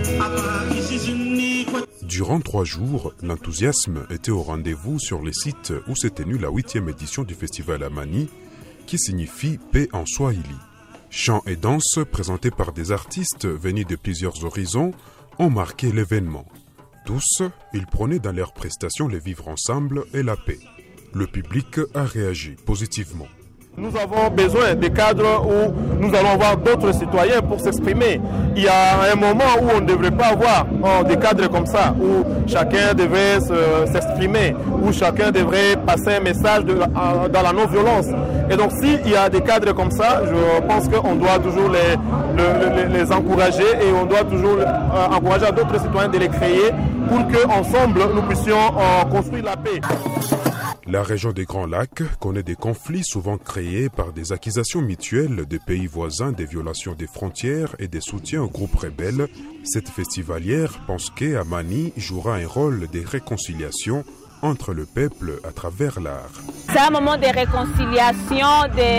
Durant 3 jours, l'enthousiasme était au rendez-vous sur les sites où s'est tenue la 8e édition du festival Amani, qui signifie paix en Swahili. Chants et danses présentés par des artistes venus de plusieurs horizons ont marqué l'événement. Tous, ils prônaient dans leurs prestations le vivre ensemble et la paix. Le public a réagi positivement. Nous avons besoin de cadres où nous allons avoir d'autres citoyens pour s'exprimer. Il y a un moment où on ne devrait pas avoir des cadres comme ça, où chacun devrait s'exprimer, où chacun devrait passer un message dans la non-violence. Et donc s'il y a des cadres comme ça, je pense qu'on doit toujours les encourager et on doit toujours encourager d'autres citoyens de les créer pour qu'ensemble nous puissions construire la paix. La région des Grands Lacs connaît des conflits souvent créés par des accusations mutuelles des pays voisins, des violations des frontières et des soutiens aux groupes rebelles. Cette festivalière pense qu'Amani jouera un rôle de réconciliation entre le peuple à travers l'art. C'est un moment de réconciliation,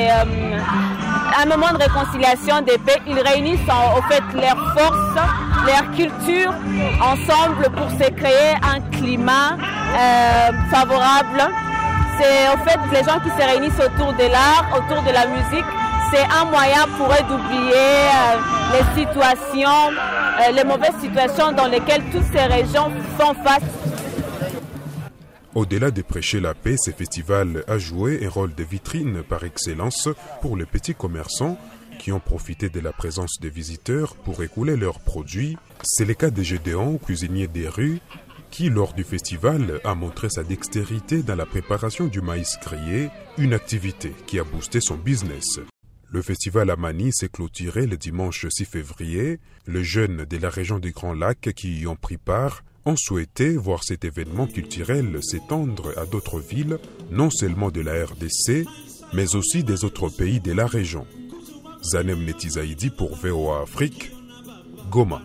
un moment de réconciliation des peuples. Ils réunissent au fait leurs forces, leur culture ensemble pour se créer un climat favorable. C'est au fait les gens qui se réunissent autour de l'art, autour de la musique. C'est un moyen pour eux d'oublier les situations, les mauvaises situations dans lesquelles toutes ces régions font face. Au-delà de prêcher la paix, ce festival a joué un rôle de vitrine par excellence pour les petits commerçants qui ont profité de la présence des visiteurs pour écouler leurs produits. C'est le cas de Gédéon, cuisinier des rues, qui, lors du festival, a montré sa dextérité dans la préparation du maïs grillé, une activité qui a boosté son business. Le festival Amani s'est clôturé le dimanche 6 février. Les jeunes de la région des Grands Lacs qui y ont pris part ont souhaité voir cet événement culturel s'étendre à d'autres villes, non seulement de la RDC, mais aussi des autres pays de la région. Zanem Netizaïdi pour VOA Afrique, Goma.